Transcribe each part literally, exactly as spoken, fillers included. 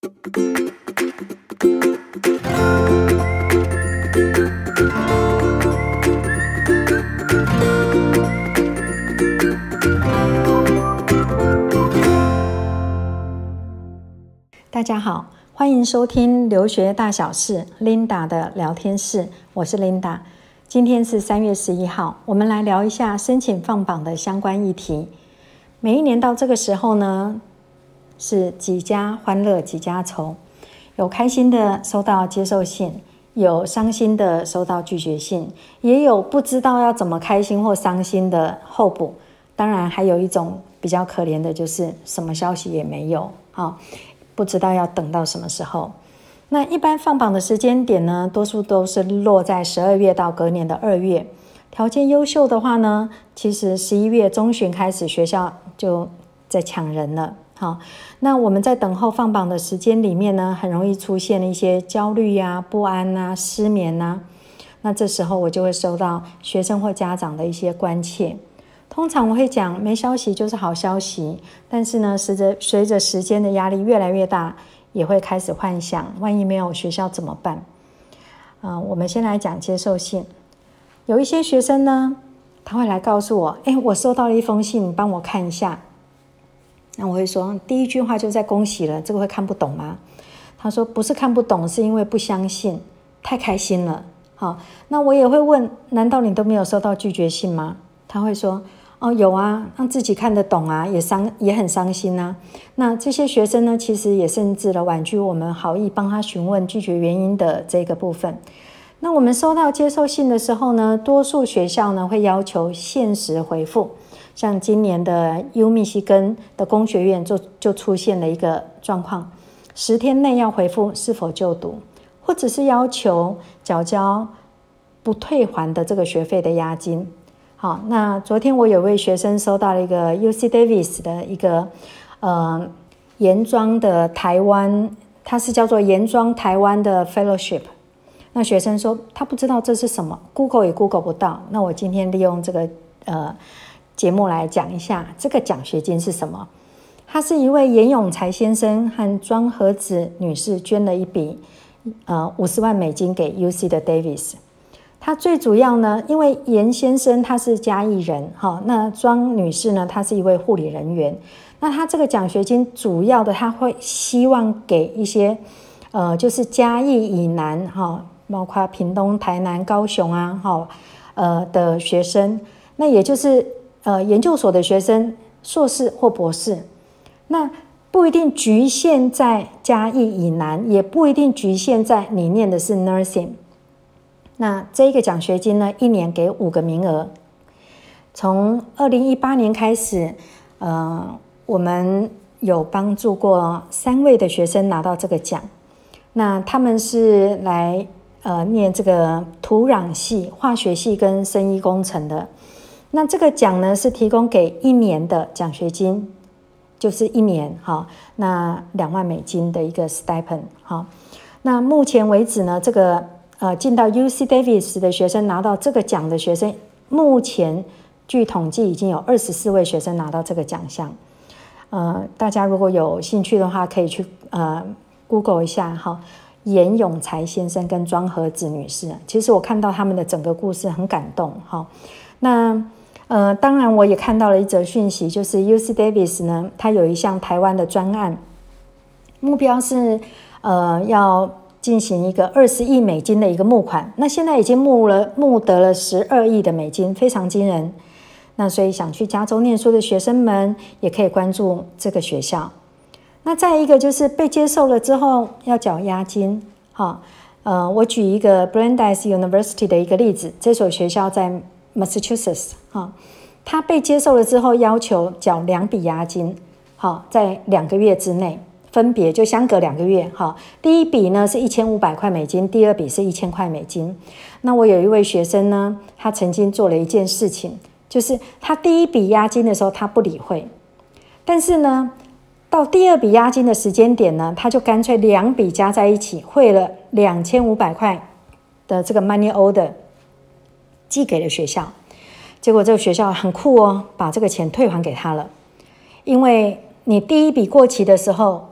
大家好，欢迎收听留学大小事 Linda 的聊天室，我是 Linda。今天是三月十一号，我们来聊一下申请放榜的相关议题。每一年到这个时候呢，是几家欢乐几家愁，有开心的收到接受信，有伤心的收到拒绝信，也有不知道要怎么开心或伤心的候补。当然还有一种比较可怜的，就是什么消息也没有，哦，不知道要等到什么时候。那一般放榜的时间点呢，多数都是落在十二月到隔年的二月。条件优秀的话呢，其实十一月中旬开始学校就在抢人了。好，那我们在等候放榜的时间里面呢，很容易出现一些焦虑啊、不安啊、失眠啊。那这时候我就会收到学生或家长的一些关切。通常我会讲，没消息就是好消息，但是呢，随着随着时间的压力越来越大，也会开始幻想，万一没有学校怎么办？呃，我们先来讲接受信。有一些学生呢，他会来告诉我，哎，我收到了一封信，你帮我看一下。那我会说，第一句话就在恭喜了，这个会看不懂吗？他说不是看不懂，是因为不相信，太开心了。好，那我也会问，难道你都没有收到拒绝信吗？他会说，哦，有啊，让自己看得懂啊，也伤也很伤心啊。那这些学生呢，其实也甚至了婉拒我们好意帮他询问拒绝原因的这个部分。那我们收到接受信的时候呢，多数学校呢会要求限时回复。像今年的 U 密西根的工学院就就出现了一个状况，十天内要回复是否就读，或者是要求缴交不退还的这个学费的押金。好，那昨天我有位学生收到了一个 U C Davis 的一个呃研庄的台湾，它是叫做研庄台湾的 Fellowship。那学生说他不知道这是什么 ，Google 也 Google 不到。那我今天利用这个呃节目来讲一下这个奖学金是什么。他是一位严永才先生和庄和子女士捐了一笔呃五十万美金给 U C 的 Davis。他最主要呢，因为严先生他是嘉义人，哈，那庄女士呢，她是一位护理人员。那他这个奖学金主要的，他会希望给一些呃，就是嘉义以南，哈，包括屏东、台南、高雄啊，哈，呃的学生，那也就是呃研究所的学生，硕士或博士。那不一定局限在嘉义以南，也不一定局限在你念的是 nursing。那这个奖学金呢，一年给五个名额。从二零一八年开始，呃，我们有帮助过三位的学生拿到这个奖。那他们是来呃念这个土壤系、化学系跟生医工程的。那这个奖呢是提供给一年的奖学金，就是一年哈，那两万美金的一个 stipend 哈。那目前为止呢，这个呃，进到 U C Davis 的学生拿到这个奖的学生，目前据统计已经有二十四位学生拿到这个奖项。呃，大家如果有兴趣的话，可以去呃 Google 一下哈，严永才先生跟庄和子女士。其实我看到他们的整个故事很感动哈。那呃，当然我也看到了一则讯息，就是 U C Davis 呢，它有一项台湾的专案，目标是呃要进行一个二十亿美金的一个募款，那现在已经募了募得了十二亿的美金，非常惊人。那所以想去加州念书的学生们也可以关注这个学校。那再一个就是被接受了之后要缴押金，哈，呃，我举一个 Brandeis University 的一个例子，这所学校在 Massachusetts， 哈，他被接受了之后要求缴两笔押金，好，在两个月之内。分别就相隔两个月，哈，第一笔呢是一千五百块美金，第二笔是一千块美金。那我有一位学生呢，他曾经做了一件事情，就是他第一笔押金的时候他不理会，但是呢，到第二笔押金的时间点呢，他就干脆两笔加在一起，汇了两千五百块的这个 money order 寄给了学校。结果这个学校很酷哦，把这个钱退还给他了，因为你第一笔过期的时候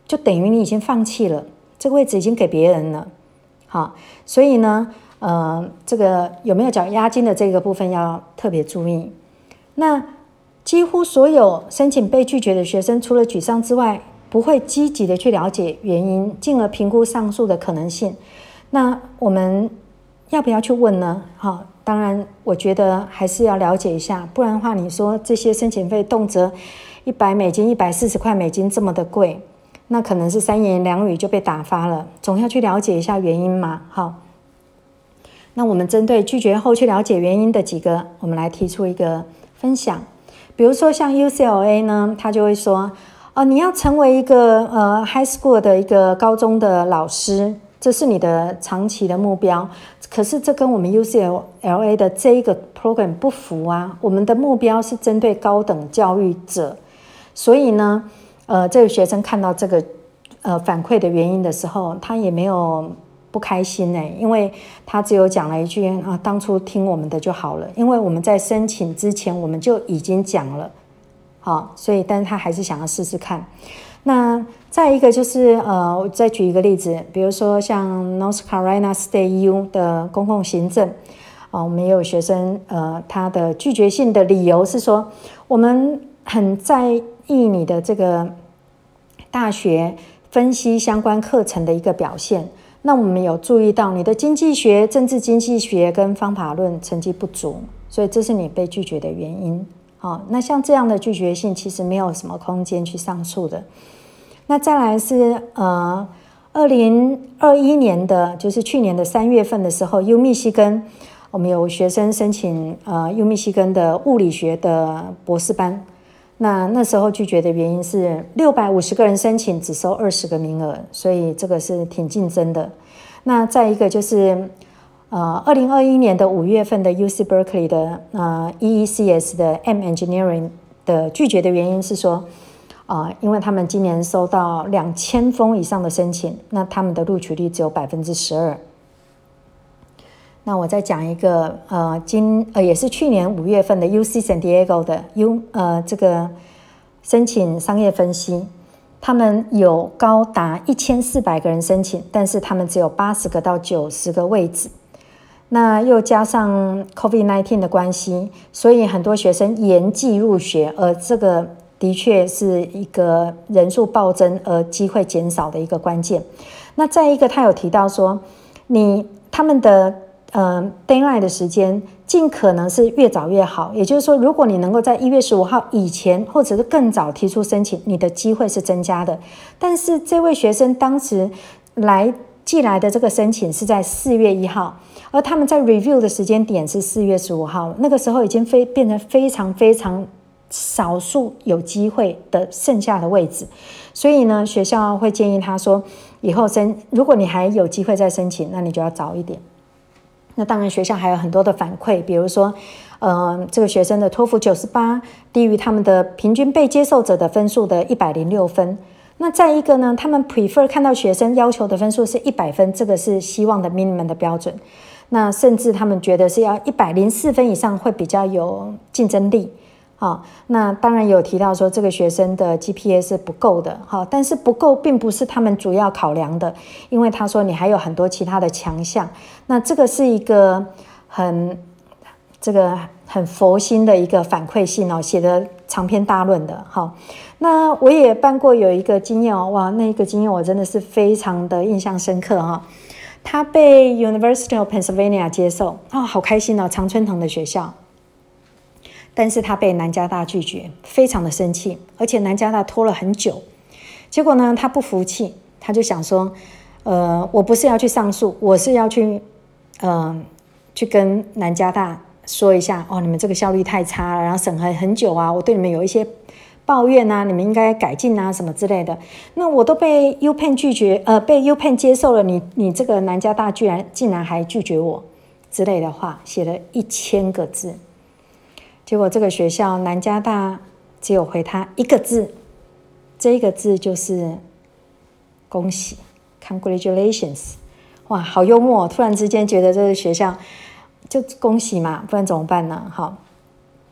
就等于你已经放弃了，这个位置已经给别人了。好，所以呢，呃，这个有没有缴押金的这个部分要特别注意。那几乎所有申请被拒绝的学生，除了沮丧之外，不会积极的去了解原因，进而评估上诉的可能性。那我们要不要去问呢？好，当然，我觉得还是要了解一下，不然的话，你说这些申请费动辄一百美金、一百四十块美金这么的贵，那可能是三言两语就被打发了，总要去了解一下原因嘛。好，那我们针对拒绝后去了解原因的几个，我们来提出一个分享。比如说像 U C L A 呢，他就会说，哦，你要成为一个呃 high school 的一个高中的老师，这是你的长期的目标。可是这跟我们 U C L A 的这一个 program 不符啊，我们的目标是针对高等教育者。所以呢，呃，这个学生看到这个呃反馈的原因的时候，他也没有不开心哎，因为他只有讲了一句啊，当初听我们的就好了，因为我们在申请之前我们就已经讲了，好，所以但是他还是想要试试看。那再一个就是呃，我再举一个例子，比如说像 North Carolina State U 的公共行政啊、呃，我们也有学生呃，他的拒绝信的理由是说，我们很在意你的这个大学分析相关课程的一个表现。那我们有注意到你的经济学、政治经济学跟方法论成绩不足，所以这是你被拒绝的原因。好，那像这样的拒绝信其实没有什么空间去上诉的。那再来是呃，二零二一年的，就是去年的三月份的时候 ，U 密西根我们有学生申请呃 U 密西根的物理学的博士班。那那时候拒绝的原因是六百五十个人申请，只收二十个名额，所以这个是挺竞争的。那再一个就是呃二零二一年的五月份的 U C Berkeley 的呃 E E C S 的 M Engineering 的拒绝的原因是说，呃因为他们今年收到两千封以上的申请，那他们的录取率只有百分之十二。那我再讲一个，呃，今呃也是去年五月份的 U C San Diego 的 U 呃这个申请商业分析，他们有高达一千四百个人申请，但是他们只有八十个到九十个位置。那又加上 COVID 十九 的关系，所以很多学生延季入学，而这个的确是一个人数暴增而机会减少的一个关键。那再一个，他有提到说，你他们的呃 deadline 的时间尽可能是越早越好，也就是说，如果你能够在一月十五号以前或者是更早提出申请，你的机会是增加的。但是这位学生当时来寄来的这个申请是在四月一号，而他们在 review 的时间点是四月十五号，那个时候已经非变成非常非常少数有机会的剩下的位置，所以呢，学校会建议他说，以后申如果你还有机会再申请，那你就要早一点。那当然，学校还有很多的反馈，比如说，呃，这个学生的托福九十八低于他们的平均被接受者的分数的一百零六分。那再一个呢，他们 prefer 看到学生要求的分数是一百分，这个是希望的 minimum 的标准。那甚至他们觉得是要一百零四分以上会比较有竞争力。好，那当然有提到说这个学生的 G P A 是不够的，好，但是不够并不是他们主要考量的，因为他说你还有很多其他的强项。那这个是一个很这个很佛心的一个反馈信哦，写的长篇大论的。好，那我也办过有一个经验哦，哇，那个经验我真的是非常的印象深刻哈、哦。他被 University of Pennsylvania 接受，哦，好开心哦，常春藤的学校。但是他被南加大拒绝，非常的生气，而且南加大拖了很久。结果呢，他不服气，他就想说，呃，我不是要去上诉，我是要去，呃，去跟南加大说一下，哦，你们这个效率太差了，然后审核很久啊，我对你们有一些抱怨啊，你们应该改进啊，什么之类的。那我都被 U Penn 拒绝，呃，被 U Penn 接受了，你你这个南加大居然竟然还拒绝我之类的话，写了一千个字。结果这个学校南加大只有回他一个字，这一个字就是恭喜 ，congratulations， 哇，好幽默！突然之间觉得这个学校就恭喜嘛，不然怎么办呢？好，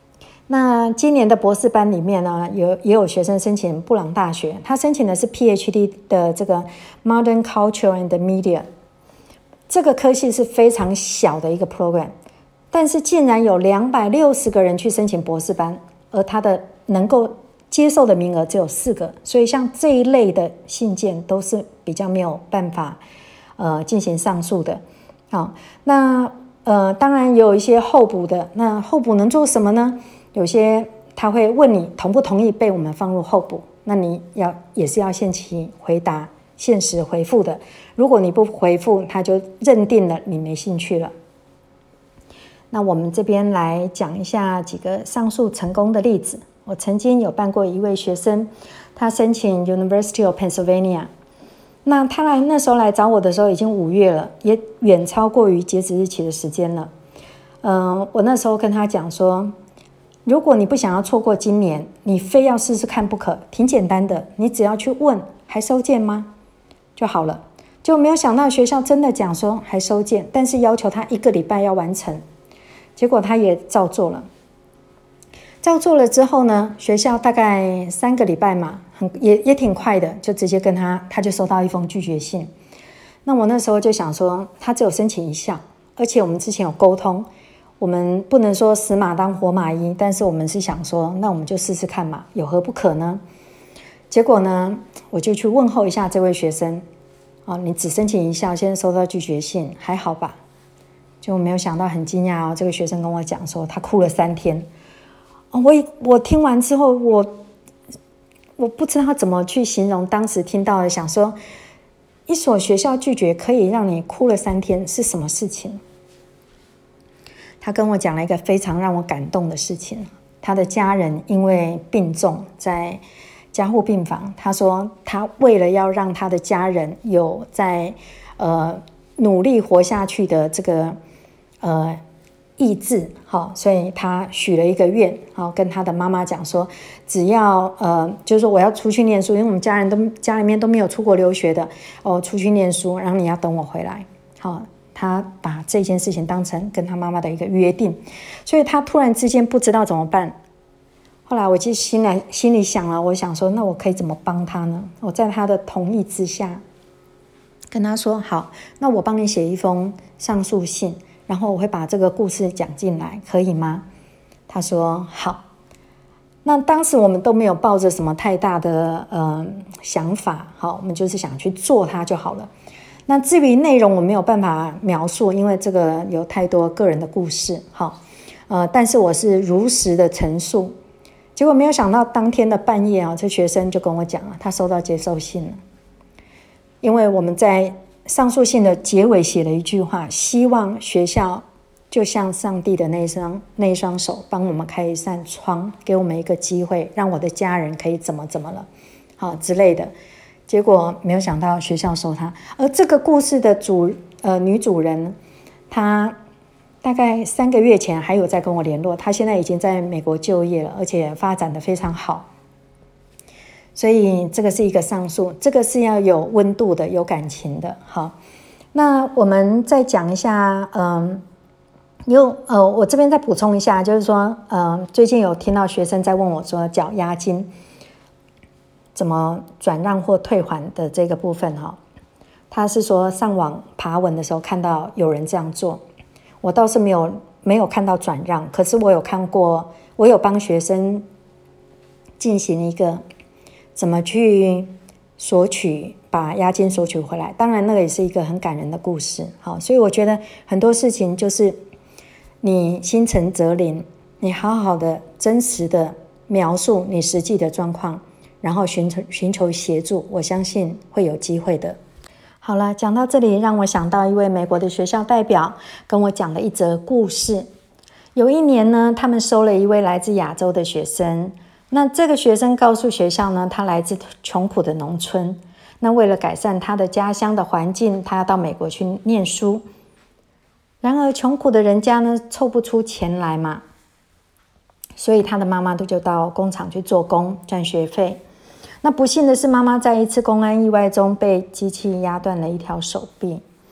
那今年的博士班里面呢，有也有学生申请布朗大学，他申请的是 P H D 的这个 Modern Culture and Media， 这个科系是非常小的一个 program， 但是竟然有两百六十个人去申请博士班，而他的能够接受的名额只有四个，所以像这一类的信件都是比较没有办法呃进行上诉的。好，那呃当然也有一些候补的，那候补能做什么呢？有些他会问你同不同意被我们放入候补，那你要也是要限期回答，限时回复的。如果你不回复，他就认定了你没兴趣了。那我们这边来讲一下几个上诉成功的例子。我曾经有办过一位学生，他申请 University of Pennsylvania， 那他来那时候来找我的时候已经五月了，也远超过于截止日期的时间了。嗯、呃，我那时候跟他讲说，如果你不想要错过今年，你非要试试看不可，挺简单的，你只要去问还收件吗就好了。就没有想到学校真的讲说还收件，但是要求他一个礼拜要完成，结果他也照做了。照做了之后呢，学校大概三个礼拜嘛，很也也挺快的，就直接跟他，他就收到一封拒绝信。那我那时候就想说，他只有申请一项，而且我们之前有沟通，我们不能说死马当活马医，但是我们是想说，那我们就试试看嘛，有何不可呢？结果呢，我就去问候一下这位学生，哦，你只申请一项，现在收到拒绝信，还好吧？就没有想到，很惊讶哦，这个学生跟我讲说，他哭了三天。我我听完之后，我我不知道怎么去形容当时听到的，想说一所学校拒绝可以让你哭了三天是什么事情？他跟我讲了一个非常让我感动的事情，他的家人因为病重在加护病房，他说他为了要让他的家人有在呃努力活下去的这个呃意志，好，所以他许了一个愿，好，跟他的妈妈讲说，只要呃，就是说我要出去念书，因为我们家人都家里面都没有出国留学的，哦，出去念书，然后你要等我回来，好，他把这件事情当成跟他妈妈的一个约定，所以他突然之间不知道怎么办。后来我就心里心里想了，我想说，那我可以怎么帮他呢？我在他的同意之下，跟他说，好，那我帮你写一封上诉信。然后我会把这个故事讲进来，可以吗？他说好。那当时我们都没有抱着什么太大的呃想法，好，我们就是想去做它就好了。那至于内容我没有办法描述，因为这个有太多个人的故事，好，呃，但是我是如实的陈述。结果没有想到当天的半夜啊，这学生就跟我讲了，他收到接受信了，因为我们在上诉信的结尾写了一句话，希望学校就像上帝的那一双那一双手，帮我们开一扇窗，给我们一个机会，让我的家人可以怎么怎么了，好之类的。结果没有想到学校收他，而这个故事的主呃女主人，她大概三个月前还有在跟我联络，她现在已经在美国就业了，而且发展得非常好。所以这个是一个上诉，这个是要有温度的，有感情的。好，那我们再讲一下，嗯，有呃，我这边再补充一下，就是说，嗯，最近有听到学生在问我说，缴押金怎么转让或退还的这个部分哈，他是说上网爬文的时候看到有人这样做，我倒是没有没有看到转让，可是我有看过，我有帮学生进行一个。怎么去索取，把押金索取回来？当然，那个也是一个很感人的故事。好，所以我觉得很多事情就是你心诚则灵，你好好的、真实的描述你实际的状况，然后寻求寻求协助，我相信会有机会的。好了，讲到这里，让我想到一位美国的学校代表跟我讲了一则故事。有一年呢，他们收了一位来自亚洲的学生。那这个学生告诉学校呢，他来自穷苦的农村。那为了改善他的家乡的环境，他要到美国去念书。然而穷苦的人家呢，凑不出钱来嘛，所以他的妈妈都就到工厂去做工赚学费。那不幸的是，妈妈在一次公安意外中被机器压断了一条手臂。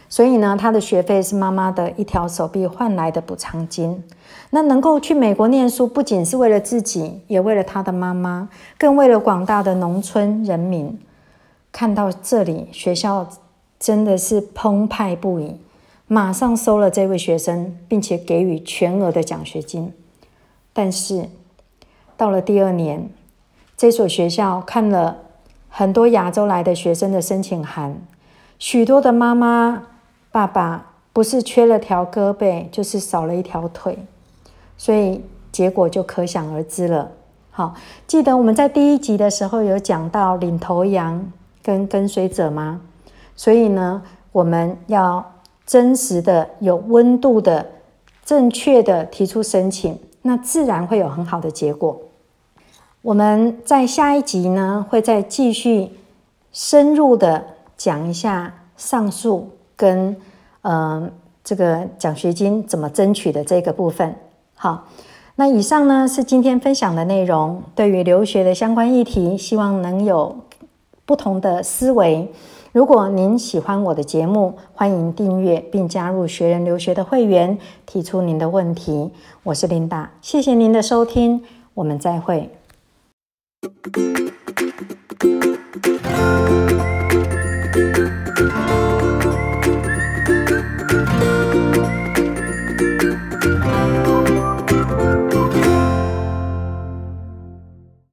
所以呢，他的学费是妈妈的一条手臂换来的补偿金。那能够去美国念书，不仅是为了自己，也为了他的妈妈，更为了广大的农村人民。看到这里，学校真的是澎湃不已，马上收了这位学生，并且给予全额的奖学金。但是到了第二年，这所学校看了很多亚洲来的学生的申请函，许多的妈妈爸爸不是缺了条胳膊，就是少了一条腿，所以结果就可想而知了。好，记得我们在第一集的时候有讲到领头羊跟跟随者吗？所以呢，我们要真实的、有温度的、正确的提出申请，那自然会有很好的结果。我们在下一集呢，会再继续深入的讲一下上诉跟呃这个奖学金怎么争取的这个部分。好，那以上呢是今天分享的内容，对于留学的相关议题，希望能有不同的思维。如果您喜欢我的节目，欢迎订阅并加入学人留学的会员，提出您的问题。我是琳达，谢谢您的收听，我们再会。